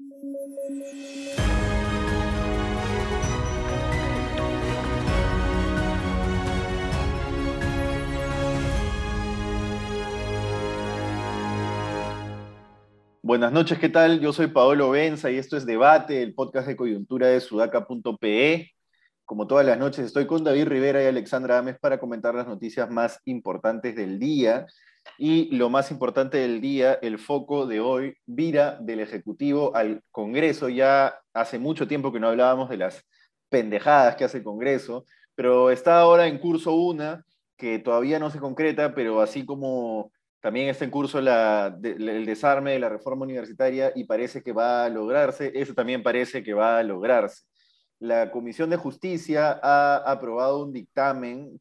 Buenas noches, ¿qué tal? Yo soy Paolo Benza y esto es Debate, el podcast de coyuntura de sudaca.pe. Como todas las noches, estoy con David Rivera y Alexandra Ames para comentar las noticias más importantes del día. Y lo más importante del día, el foco de hoy, vira del Ejecutivo al Congreso. Ya hace mucho tiempo que no hablábamos de las pendejadas que hace el Congreso, pero está ahora en curso una que todavía no se concreta, pero así como también está en curso el desarme de la reforma universitaria y parece que va a lograrse, eso también parece que va a lograrse. La Comisión de Justicia ha aprobado un dictamen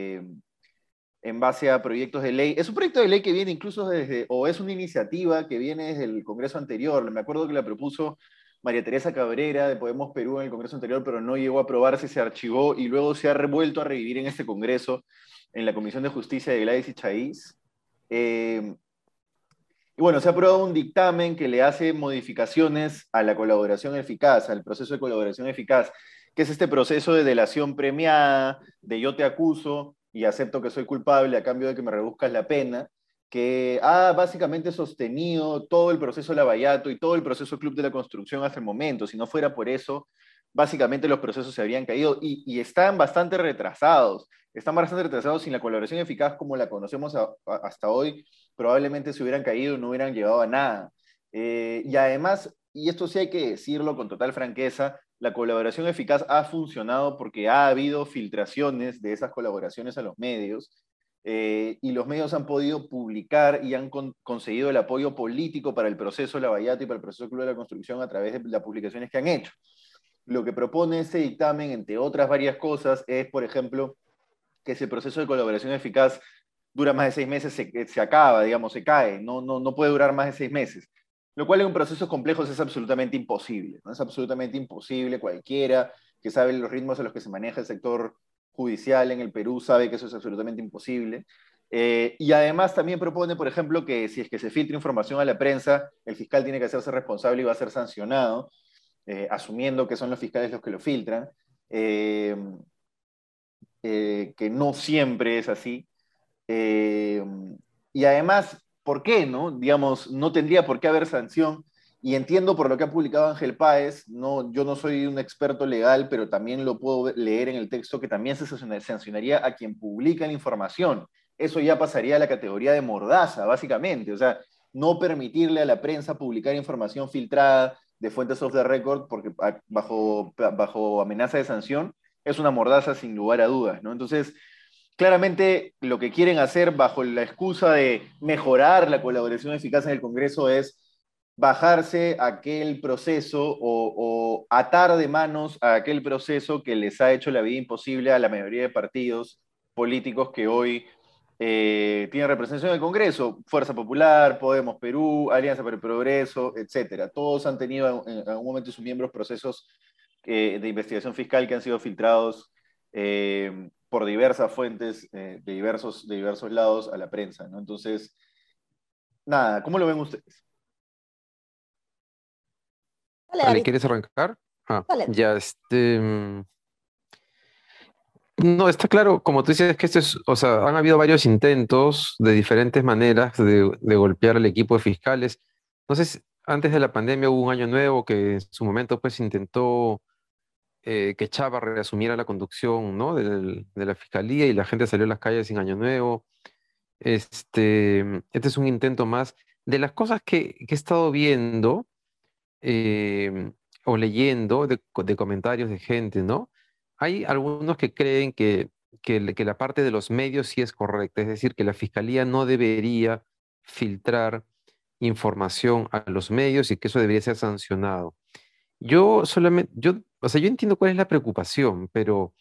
en base a proyectos de ley. Es un proyecto de ley que viene incluso desde, o es una iniciativa que viene desde el Congreso anterior. Me acuerdo que la propuso María Teresa Cabrera de Podemos Perú en el Congreso anterior, pero no llegó a aprobarse, se archivó y luego se ha revuelto a revivir en este Congreso, en la Comisión de Justicia de Gladys y Chaís. Eh, y bueno, se ha aprobado un dictamen que le hace modificaciones a la colaboración eficaz, al proceso de colaboración eficaz, que es este proceso de delación premiada, de yo te acuso y acepto que soy culpable a cambio de que me reduzcas la pena, que ha básicamente sostenido todo el proceso Lavallato y todo el proceso Club de la Construcción hasta el momento. Si no fuera por eso, básicamente los procesos se habrían caído y están bastante retrasados. Están bastante retrasados sin la colaboración eficaz como la conocemos hasta hoy, probablemente se hubieran caído y no hubieran llegado a nada. Y además, y esto sí hay que decirlo con total franqueza, la colaboración eficaz ha funcionado porque ha habido filtraciones de esas colaboraciones a los medios y los medios han podido publicar y han conseguido el apoyo político para el proceso Lavallato y para el proceso Club de la Construcción a través de las publicaciones que han hecho. Lo que propone ese dictamen, entre otras varias cosas, es, por ejemplo, que ese proceso de colaboración eficaz dura más de 6 meses, se acaba, digamos, se cae, no puede durar más de 6 meses. Lo cual en un proceso complejo es absolutamente imposible, ¿no? Es absolutamente imposible. Cualquiera que sabe los ritmos a los que se maneja el sector judicial en el Perú sabe que eso es absolutamente imposible. Y además también propone, por ejemplo, que si es que se filtra información a la prensa, el fiscal tiene que hacerse responsable y va a ser sancionado, asumiendo que son los fiscales los que lo filtran. Eh, que no siempre es así. Eh, y además, ¿por qué no? Digamos, no tendría por qué haber sanción. Y entiendo por lo que ha publicado Ángel Páez, no, yo no soy un experto legal, pero también lo puedo leer en el texto que también se sancionaría a quien publica la información. Eso ya pasaría a la categoría de mordaza, básicamente. O sea, no permitirle a la prensa publicar información filtrada de fuentes off the record porque bajo amenaza de sanción es una mordaza sin lugar a dudas, ¿no? Entonces, claramente lo que quieren hacer bajo la excusa de mejorar la colaboración eficaz en el Congreso es bajarse aquel proceso o atar de manos a aquel proceso que les ha hecho la vida imposible a la mayoría de partidos políticos que hoy tienen representación en el Congreso. Fuerza Popular, Podemos Perú, Alianza para el Progreso, etcétera. Todos han tenido en algún momento sus miembros procesos de investigación fiscal que han sido filtrados por diversas fuentes de diversos lados a la prensa, ¿no? Entonces, nada, ¿cómo lo ven ustedes? Dale, Ale, David, ¿quieres arrancar? dale. Ya, no, está claro, como tú dices, que o sea, han habido varios intentos de diferentes maneras de golpear al equipo de fiscales. No sé si antes de la pandemia hubo un año nuevo que en su momento pues intentó que Chava reasumiera la conducción, ¿no? De la fiscalía y la gente salió a las calles sin año nuevo. Este es un intento más. De las cosas que he estado viendo eh, o leyendo de comentarios de gente, ¿no? Hay algunos que creen que la parte de los medios sí es correcta, es decir, que la fiscalía no debería filtrar información a los medios y que eso debería ser sancionado. O sea, yo entiendo cuál es la preocupación, pero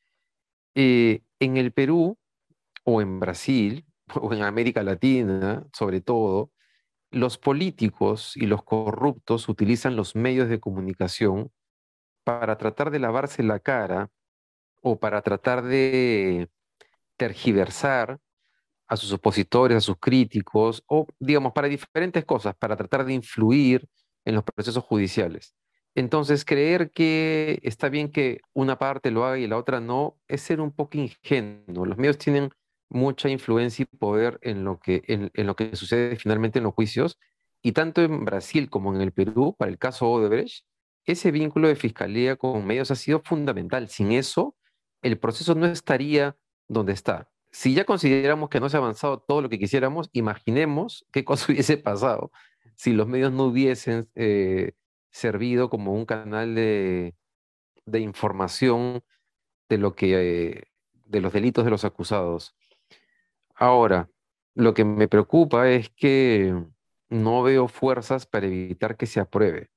en el Perú o en Brasil o en América Latina, sobre todo, los políticos y los corruptos utilizan los medios de comunicación para tratar de lavarse la cara o para tratar de tergiversar a sus opositores, a sus críticos, o digamos, para diferentes cosas, para tratar de influir en los procesos judiciales. Entonces, creer que está bien que una parte lo haga y la otra no, es ser un poco ingenuo. Los medios tienen mucha influencia y poder en lo que sucede finalmente en los juicios, y tanto en Brasil como en el Perú, para el caso Odebrecht, ese vínculo de fiscalía con medios ha sido fundamental. Sin eso, el proceso no estaría donde está. Si ya consideramos que no se ha avanzado todo lo que quisiéramos, imaginemos qué cosa hubiese pasado si los medios no hubiesen servido como un canal de información de de los delitos de los acusados. Ahora, lo que me preocupa es que no veo fuerzas para evitar que se apruebe.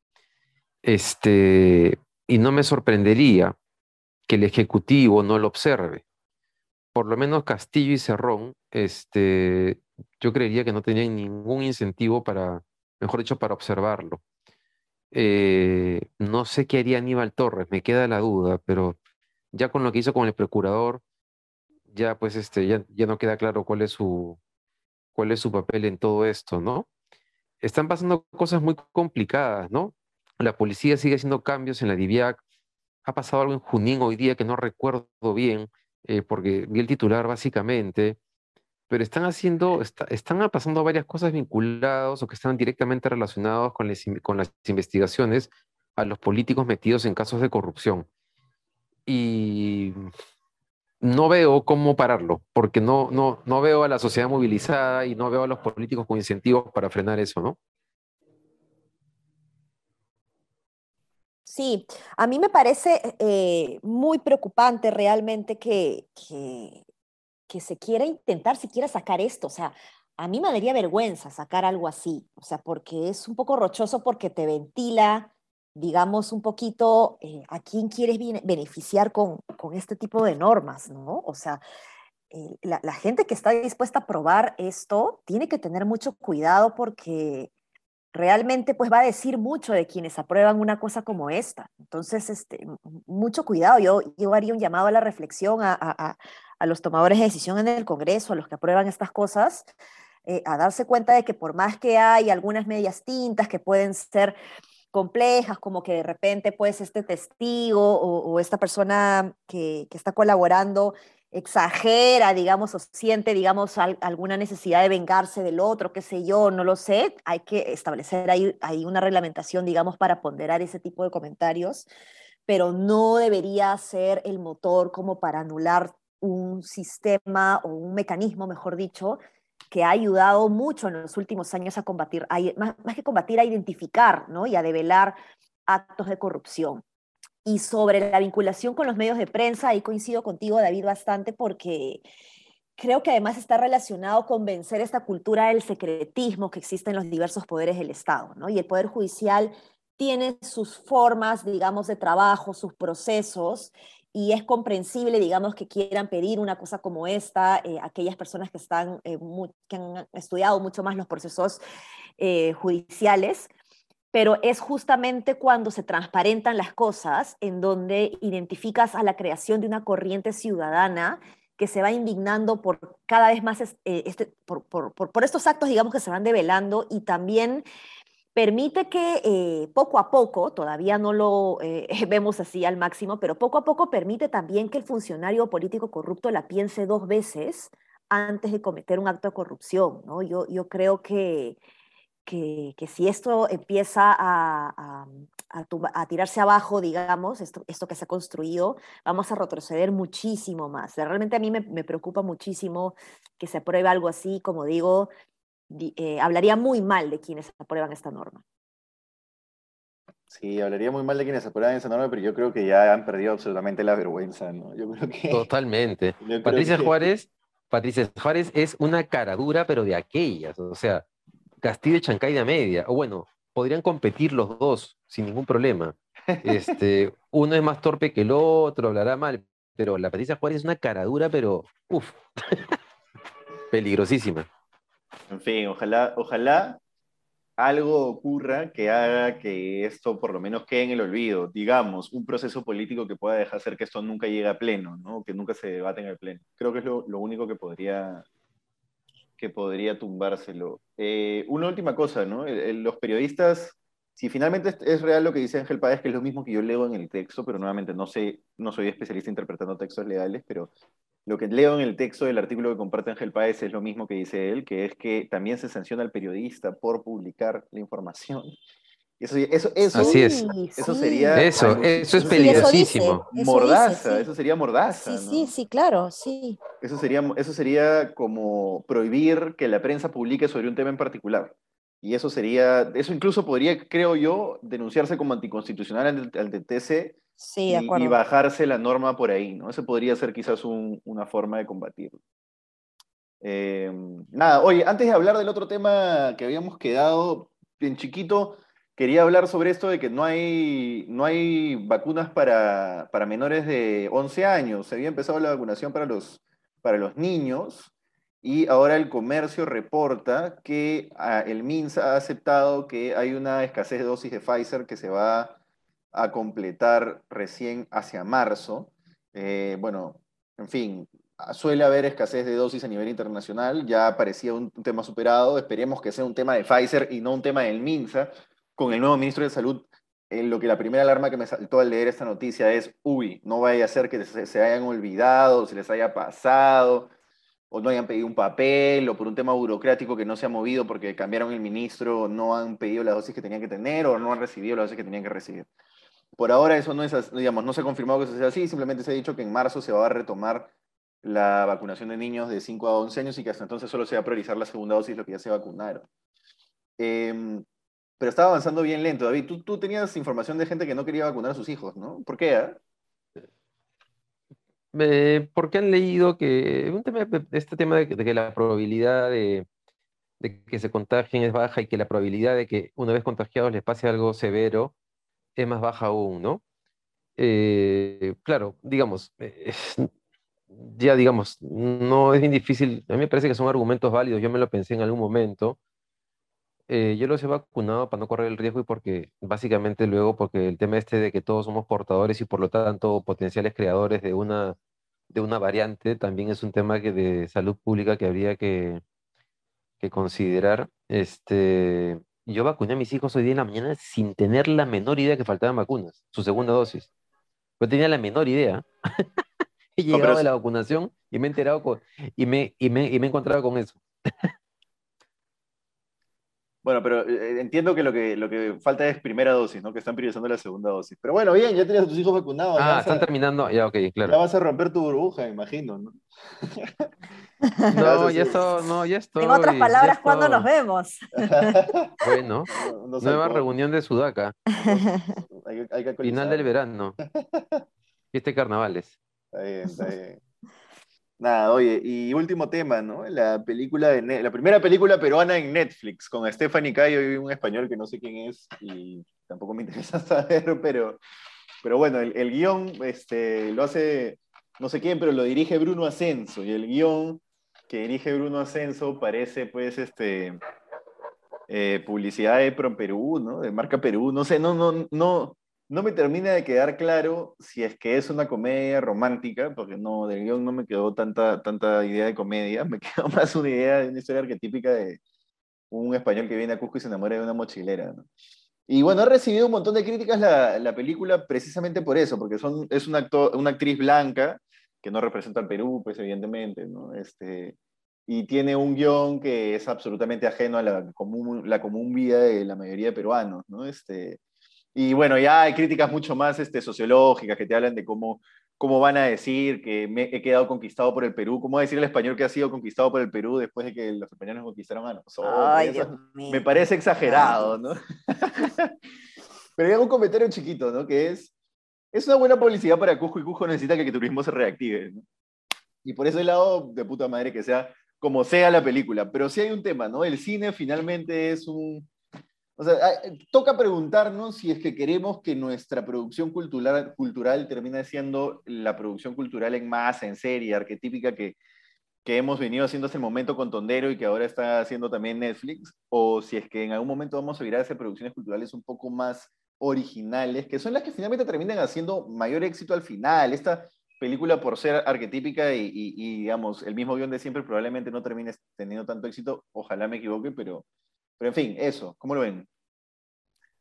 Y no me sorprendería que el Ejecutivo no lo observe. Por lo menos Castillo y Cerrón, yo creería que no tenían ningún incentivo para, mejor dicho, para observarlo. No sé qué haría Aníbal Torres, me queda la duda, pero ya con lo que hizo con el procurador, ya pues ya no queda claro cuál es su papel en todo esto, ¿no? Están pasando cosas muy complicadas, ¿no? La policía sigue haciendo cambios en la DIVIAC. Ha pasado algo en Junín hoy día que no recuerdo bien, porque vi el titular básicamente, pero están pasando varias cosas vinculadas o que están directamente relacionados con las investigaciones a los políticos metidos en casos de corrupción. Y no veo cómo pararlo, porque no veo a la sociedad movilizada y no veo a los políticos con incentivos para frenar eso, ¿no? Sí, a mí me parece muy preocupante realmente que se quiera intentar siquiera sacar esto. O sea, a mí me daría vergüenza sacar algo así, o sea, porque es un poco rochoso porque te ventila, digamos, un poquito a quién quieres beneficiar con este tipo de normas, ¿no? O sea, la gente que está dispuesta a probar esto tiene que tener mucho cuidado porque realmente pues va a decir mucho de quienes aprueban una cosa como esta. Entonces, mucho cuidado. Yo haría un llamado a la reflexión a los tomadores de decisión en el Congreso, a los que aprueban estas cosas, a darse cuenta de que por más que hay algunas medias tintas que pueden ser complejas, como que de repente pues este testigo o esta persona que está colaborando exagera, digamos, o siente, digamos, alguna necesidad de vengarse del otro, qué sé yo, no lo sé, hay que establecer ahí una reglamentación, digamos, para ponderar ese tipo de comentarios, pero no debería ser el motor como para anular un sistema o un mecanismo, mejor dicho, que ha ayudado mucho en los últimos años a combatir, más que combatir, a identificar, ¿no? Y a develar actos de corrupción. Y sobre la vinculación con los medios de prensa, ahí coincido contigo, David, bastante, porque creo que además está relacionado con vencer esta cultura del secretismo que existe en los diversos poderes del Estado, ¿no? Y el Poder Judicial tiene sus formas, digamos, de trabajo, sus procesos, y es comprensible, digamos, que quieran pedir una cosa como esta, aquellas personas que han estudiado mucho más los procesos judiciales, pero es justamente cuando se transparentan las cosas en donde identificas a la creación de una corriente ciudadana que se va indignando por cada vez más por estos actos, digamos, que se van develando, y también permite que poco a poco, todavía no lo vemos así al máximo, pero poco a poco permite también que el funcionario político corrupto la piense dos veces antes de cometer un acto de corrupción, ¿no? Yo creo que si esto empieza a tirarse abajo, digamos, esto que se ha construido, vamos a retroceder muchísimo más. Realmente a mí me preocupa muchísimo que se apruebe algo así, como digo, hablaría muy mal de quienes aprueban esta norma. Sí, hablaría muy mal de quienes aprueban esa norma, pero yo creo que ya han perdido absolutamente la vergüenza, ¿no? Totalmente. Yo creo Patricia que Juárez, Patricia Juárez es una cara dura, pero de aquellas, o sea, Castillo y Chancay de media, o bueno, podrían competir los dos sin ningún problema. Uno es más torpe que el otro, hablará mal, pero la Patricia Juárez es una cara dura, pero uff, peligrosísima. en fin, ojalá algo ocurra que haga que esto por lo menos quede en el olvido, digamos, un proceso político que pueda dejar hacer que esto nunca llegue a pleno, ¿no? Que nunca se debate en el pleno. Creo que es lo único que podría tumbárselo. Una última cosa, ¿no? Los periodistas si finalmente es real lo que dice Ángel Páez, que es lo mismo que yo leo en el texto, pero nuevamente no sé, no soy especialista interpretando textos legales, pero lo que leo en el texto del artículo que comparte Ángel Páez es lo mismo que dice él, que es que también se sanciona al periodista por publicar la información. Así es. Sí, Eso sí. sería Eso es eso Sí, sería eso dice, mordaza, sí. eso sería Sí, mordaza, sí, ¿no? sí, claro, sí. Eso sería como prohibir que la prensa publique sobre un tema en particular. Y eso incluso podría, creo yo, denunciarse como anticonstitucional ante TC Sí, de y acuerdo. bajarse la norma por ahí, ¿no? Eso podría ser quizás una forma de combatirlo. Eh, Nada, oye, antes de hablar del otro tema que habíamos quedado en chiquito, quería hablar sobre esto de que no hay vacunas para menores de 11 años. Se había empezado la vacunación para los niños y ahora el comercio reporta que el MINSA ha aceptado que hay una escasez de dosis de Pfizer que se va a completar recién hacia marzo. Bueno, en fin, suele haber escasez de dosis a nivel internacional, ya parecía un tema superado, esperemos que sea un tema de Pfizer y no un tema del MINSA. Con el nuevo ministro de Salud, lo que la primera alarma que me saltó al leer esta noticia es, uy, no vaya a ser que se hayan olvidado, se les haya pasado, o no hayan pedido un papel, o por un tema burocrático que no se ha movido porque cambiaron el ministro, no han pedido las dosis que tenían que tener o no han recibido las dosis que tenían que recibir. Por ahora eso no es, digamos, no se ha confirmado que eso sea así, simplemente se ha dicho que en marzo se va a retomar la vacunación de niños de 5 a 11 años y que hasta entonces solo se va a priorizar la segunda dosis, lo que ya se vacunaron. Eh, pero estaba avanzando bien lento, David. Tú tenías información de gente que no quería vacunar a sus hijos, ¿no? ¿Por qué? Porque han leído que este tema de que la probabilidad de que se contagien es baja y que la probabilidad de que una vez contagiados les pase algo severo es más baja aún, ¿no? Claro, digamos, ya digamos, no es bien difícil, a mí me parece que son argumentos válidos, yo me lo pensé en algún momento. Yo los he vacunado para no correr el riesgo y porque, básicamente luego, porque el tema este de que todos somos portadores y por lo tanto potenciales creadores de una variante, también es un tema de salud pública que habría que considerar. Yo vacuné a mis hijos hoy día en la mañana sin tener la menor idea que faltaban vacunas, su segunda dosis. No tenía la menor idea. He No, pero llegado de la vacunación y me he enterado y me he encontrado con eso. bueno, pero entiendo que lo que falta es primera dosis, ¿no? Que están priorizando la segunda dosis. Pero bueno, bien, ya tienes a tus hijos vacunados, ya Ah, vas están a, terminando. Ya, ok, ya claro. vas a romper tu burbuja, me imagino, ¿no? Ya vas a No, ya hacer estoy, no, En otras ya palabras, ¿cuándo nos estoy. vemos? Bueno, unos nueva alcohol, reunión de Sudaca, hay que final del alcoholizar. verano, carnavales. Está bien, está bien. Nada, oye, y último tema, ¿no? La primera película peruana en Netflix, con Stephanie Cayo y un español que no sé quién es, y tampoco me interesa saber, pero bueno, el guión lo hace no sé quién, pero lo dirige Bruno Ascenso, y el guión que dirige Bruno Ascenso parece, pues, publicidad de Perú, ¿no? De marca Perú, no sé, no me termina de quedar claro si es que es una comedia romántica, porque no, del guión no me quedó tanta idea de comedia, me quedó más una idea de una historia arquetípica de un español que viene a Cusco y se enamora de una mochilera, ¿no? Y bueno, ha recibido un montón de críticas la película precisamente por eso, porque es una actriz blanca que no representa al Perú, pues evidentemente, ¿no? Y tiene un guión que es absolutamente ajeno a la común vida de la mayoría de peruanos, ¿no? Y bueno, ya hay críticas mucho más sociológicas que te hablan de cómo van a decir que me he quedado conquistado por el Perú, cómo va a decir el español que ha sido conquistado por el Perú después de que los españoles conquistaron a nosotros. Ay, Dios Eso me mío. parece Ay, exagerado, ¿no? Dios. Pero hay un comentario chiquito, ¿no? Que es una buena publicidad para Cusco y Cusco necesita que el turismo se reactive, ¿no? Y por ese lado, de puta madre que sea como sea la película. Pero sí hay un tema, ¿no? El cine finalmente es un... O sea, toca preguntarnos si es que queremos que nuestra producción cultural termine siendo la producción cultural en masa, en serie, arquetípica que hemos venido haciendo hasta el momento con Tondero y que ahora está haciendo también Netflix, o si es que en algún momento vamos a virar hacia producciones culturales un poco más originales, que son las que finalmente terminan haciendo mayor éxito al final. Esta película, por ser arquetípica digamos, el mismo guión de siempre, probablemente no termine teniendo tanto éxito, ojalá me equivoque, pero en fin, eso, ¿cómo lo ven?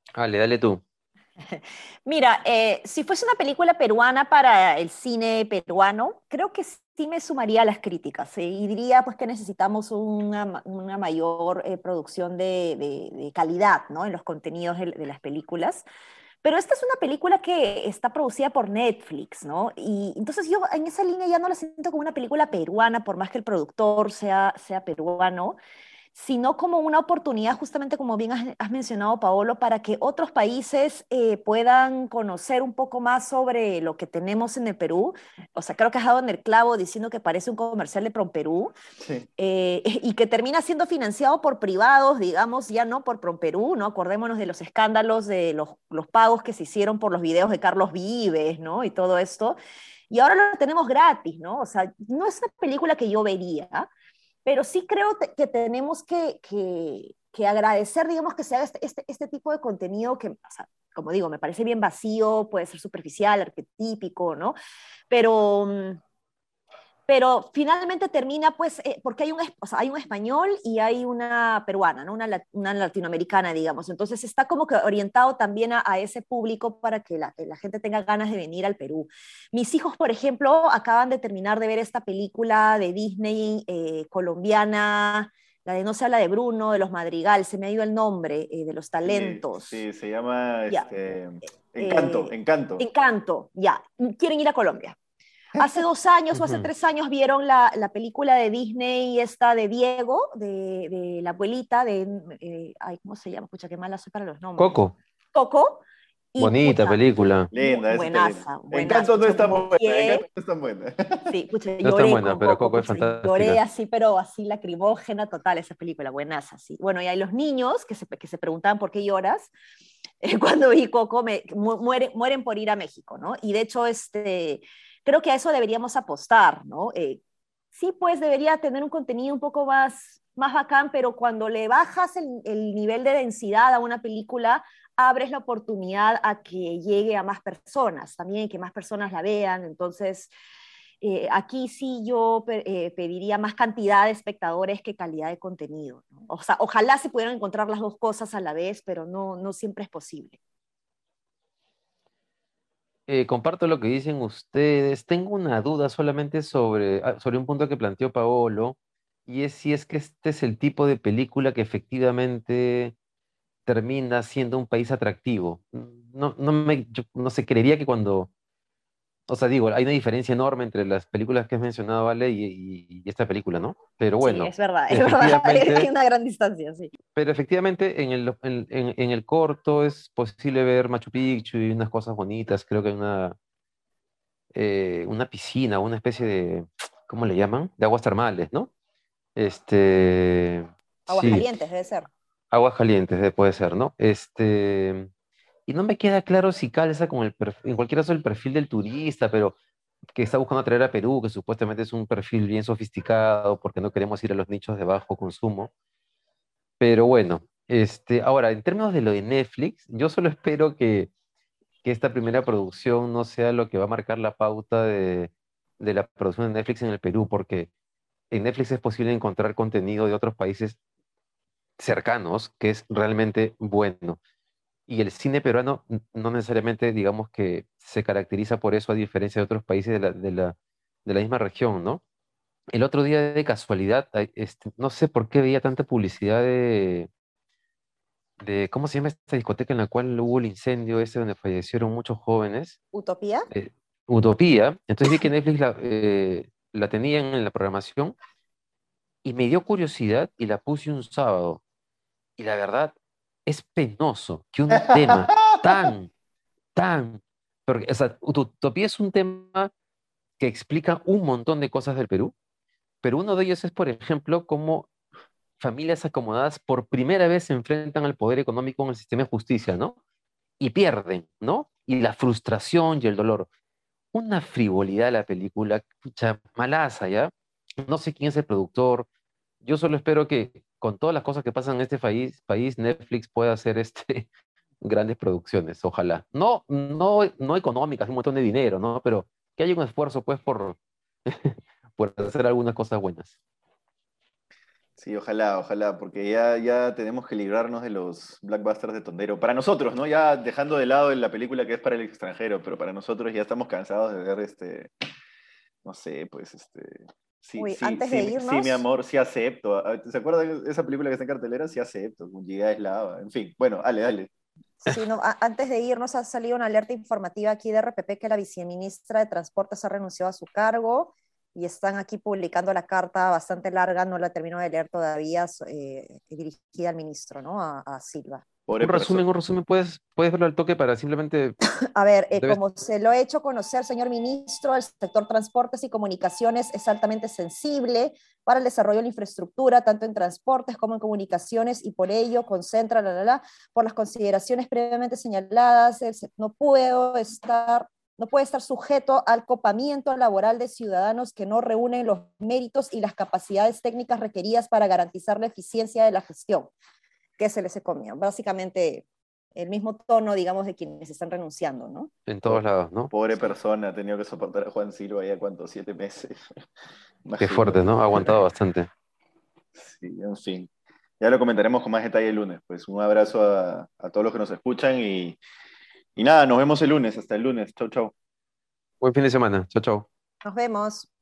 Dale, dale tú. Mira, si fuese una película peruana para el cine peruano, creo que sí me sumaría a las críticas, y diría pues que necesitamos una mayor producción de calidad, ¿no? En los contenidos de las películas. Pero esta es una película que está producida por Netflix, ¿no? Y entonces yo en esa línea ya no la siento como una película peruana, por más que el productor sea peruano, sino como una oportunidad, justamente como bien has mencionado, Paolo, para que otros países puedan conocer un poco más sobre lo que tenemos en el Perú. O sea, creo que has dado en el clavo diciendo que parece un comercial de PromPerú, Sí. y que termina siendo financiado por privados, digamos, ya no por PromPerú, ¿no? Acordémonos de los escándalos de los pagos que se hicieron por los videos de Carlos Vives, ¿no? Y todo esto. Y ahora lo tenemos gratis, ¿no? O sea, no es una película que yo vería, pero sí creo que tenemos que agradecer, digamos, que se haga este tipo de contenido que, o sea, como digo, me parece bien vacío, puede ser superficial, arquetípico, ¿no? Pero, pero finalmente termina, pues, porque o sea, hay un español y hay una peruana, ¿no? Una latinoamericana, digamos. Entonces está como que orientado también a ese público para que la gente tenga ganas de venir al Perú. Mis hijos, por ejemplo, acaban de terminar de ver esta película de Disney colombiana, la de No se habla de Bruno, de los Madrigal, se me ha ido el nombre, de los Sí, talentos. sí, se llama Ya. Encanto, Eh, Encanto. Encanto, ya. Quieren ir a Colombia. Hace 2 años o hace Ujú. 3 años vieron la película de Disney, esta de Diego, de la abuelita, ay, ¿cómo se llama? Pucha, qué mala soy para los nombres. Coco, Coco, y bonita pucha, película. Linda, esa está linda. buenaza, buenaza, Encanto no pucha, es tan buena, Encanto buqué, no es tan buena. sí, pucha, No es tan lloré buena, con pero Coco, Coco es pucha, lloré fantástica. así, pero así lacrimógena total esa película, buenaza, sí. Bueno, y hay los niños que se preguntaban por qué lloras, cuando vi Coco, mueren por ir a México, ¿no? Y de hecho, creo que a eso deberíamos apostar, ¿no? Sí, pues debería tener un contenido un poco más bacán, pero cuando le bajas el nivel de densidad a una película, abres la oportunidad a que llegue a más personas, también que más personas la vean. Entonces, aquí sí yo pediría más cantidad de espectadores que calidad de contenido, ¿no? O sea, ojalá se pudieran encontrar las dos cosas a la vez, pero no siempre es posible. Comparto lo que dicen ustedes. Tengo una duda solamente sobre un punto que planteó Paolo, y es si es que este es el tipo de película que efectivamente termina siendo un país atractivo. Yo no sé, creería que cuando, o sea, digo, hay una diferencia enorme entre las películas que has mencionado, Vale, y esta película, ¿no? Pero Sí, bueno, es verdad, hay efectivamente, una gran distancia, sí. pero efectivamente en el corto es posible ver Machu Picchu y unas cosas bonitas. Creo que hay una piscina, una especie de, ¿cómo le llaman? De aguas termales, ¿no? Sí, Aguascalientes debe ser. aguas calientes, puede ser, ¿no? Y no me queda claro si calza con en cualquier caso el perfil del turista, pero que está buscando atraer a Perú, que supuestamente es un perfil bien sofisticado, porque no queremos ir a los nichos de bajo consumo. Pero bueno, ahora, en términos de lo de Netflix, yo solo espero que esta primera producción no sea lo que va a marcar la pauta de la producción de Netflix en el Perú, porque en Netflix es posible encontrar contenido de otros países cercanos que es realmente bueno. Y el cine peruano no necesariamente, digamos que se caracteriza por eso a diferencia de otros países de la misma región, ¿no? El otro día de casualidad, no sé por qué veía tanta publicidad ¿cómo se llama esta discoteca en la cual hubo el incendio ese donde fallecieron muchos jóvenes? ¿Utopía? eh, Utopía. Entonces vi que Netflix la tenían en la programación y me dio curiosidad y la puse un sábado. Y la verdad, es penoso que un tema tan, tan, porque, o sea, Utopía es un tema que explica un montón de cosas del Perú, pero uno de ellos es, por ejemplo, cómo familias acomodadas por primera vez se enfrentan al poder económico en el sistema de justicia, ¿no? Y pierden, ¿no? Y la frustración y el dolor. Una frivolidad la película, pucha, malaza, ¿ya? No sé quién es el productor. Yo solo espero que con todas las cosas que pasan en este país Netflix pueda hacer grandes producciones, ojalá. No económicas, un montón de dinero, ¿no? Pero que haya un esfuerzo, pues, por hacer algunas cosas buenas. Sí, ojalá, ojalá, porque ya tenemos que librarnos de los blockbusters de Tondero. Para nosotros, ¿no? Ya dejando de lado la película que es para el extranjero, pero para nosotros ya estamos cansados de ver no sé, pues sí, Uy, sí, antes de sí, sí, mi irnos, amor, sí acepto. ¿Se acuerdan de esa película que está en cartelera? Sí acepto, con Giga es lava. En fin, bueno, dale, dale. sí, no, antes de irnos ha salido una alerta informativa aquí de RPP que la viceministra de Transportes ha renunciado a su cargo y están aquí publicando la carta bastante larga, no la termino de leer todavía, dirigida al ministro, ¿no? A Silva. Pobre persona. un resumen, puedes verlo al toque para simplemente, A ver, debes, como se lo he hecho conocer, señor ministro, el sector transportes y comunicaciones es altamente sensible para el desarrollo de la infraestructura, tanto en transportes como en comunicaciones, y por ello concentra, por las consideraciones previamente señaladas, no puede estar sujeto al copamiento laboral de ciudadanos que no reúnen los méritos y las capacidades técnicas requeridas para garantizar la eficiencia de la gestión que se les comió. Básicamente, el mismo tono, digamos, de quienes están renunciando, ¿no? en todos Po- lados, ¿no? Pobre Sí. persona, ha tenido que soportar a Juan Silva ya, ¿cuántos? 7 meses. Qué fuerte, Imagínate. ¿no? Ha aguantado bastante. Sí, en fin. Ya lo comentaremos con más detalle el lunes. Pues un abrazo a todos los que nos escuchan y nada, nos vemos el lunes. Hasta el lunes. Chau, chau. Buen fin de semana. Chao, chao. Nos vemos.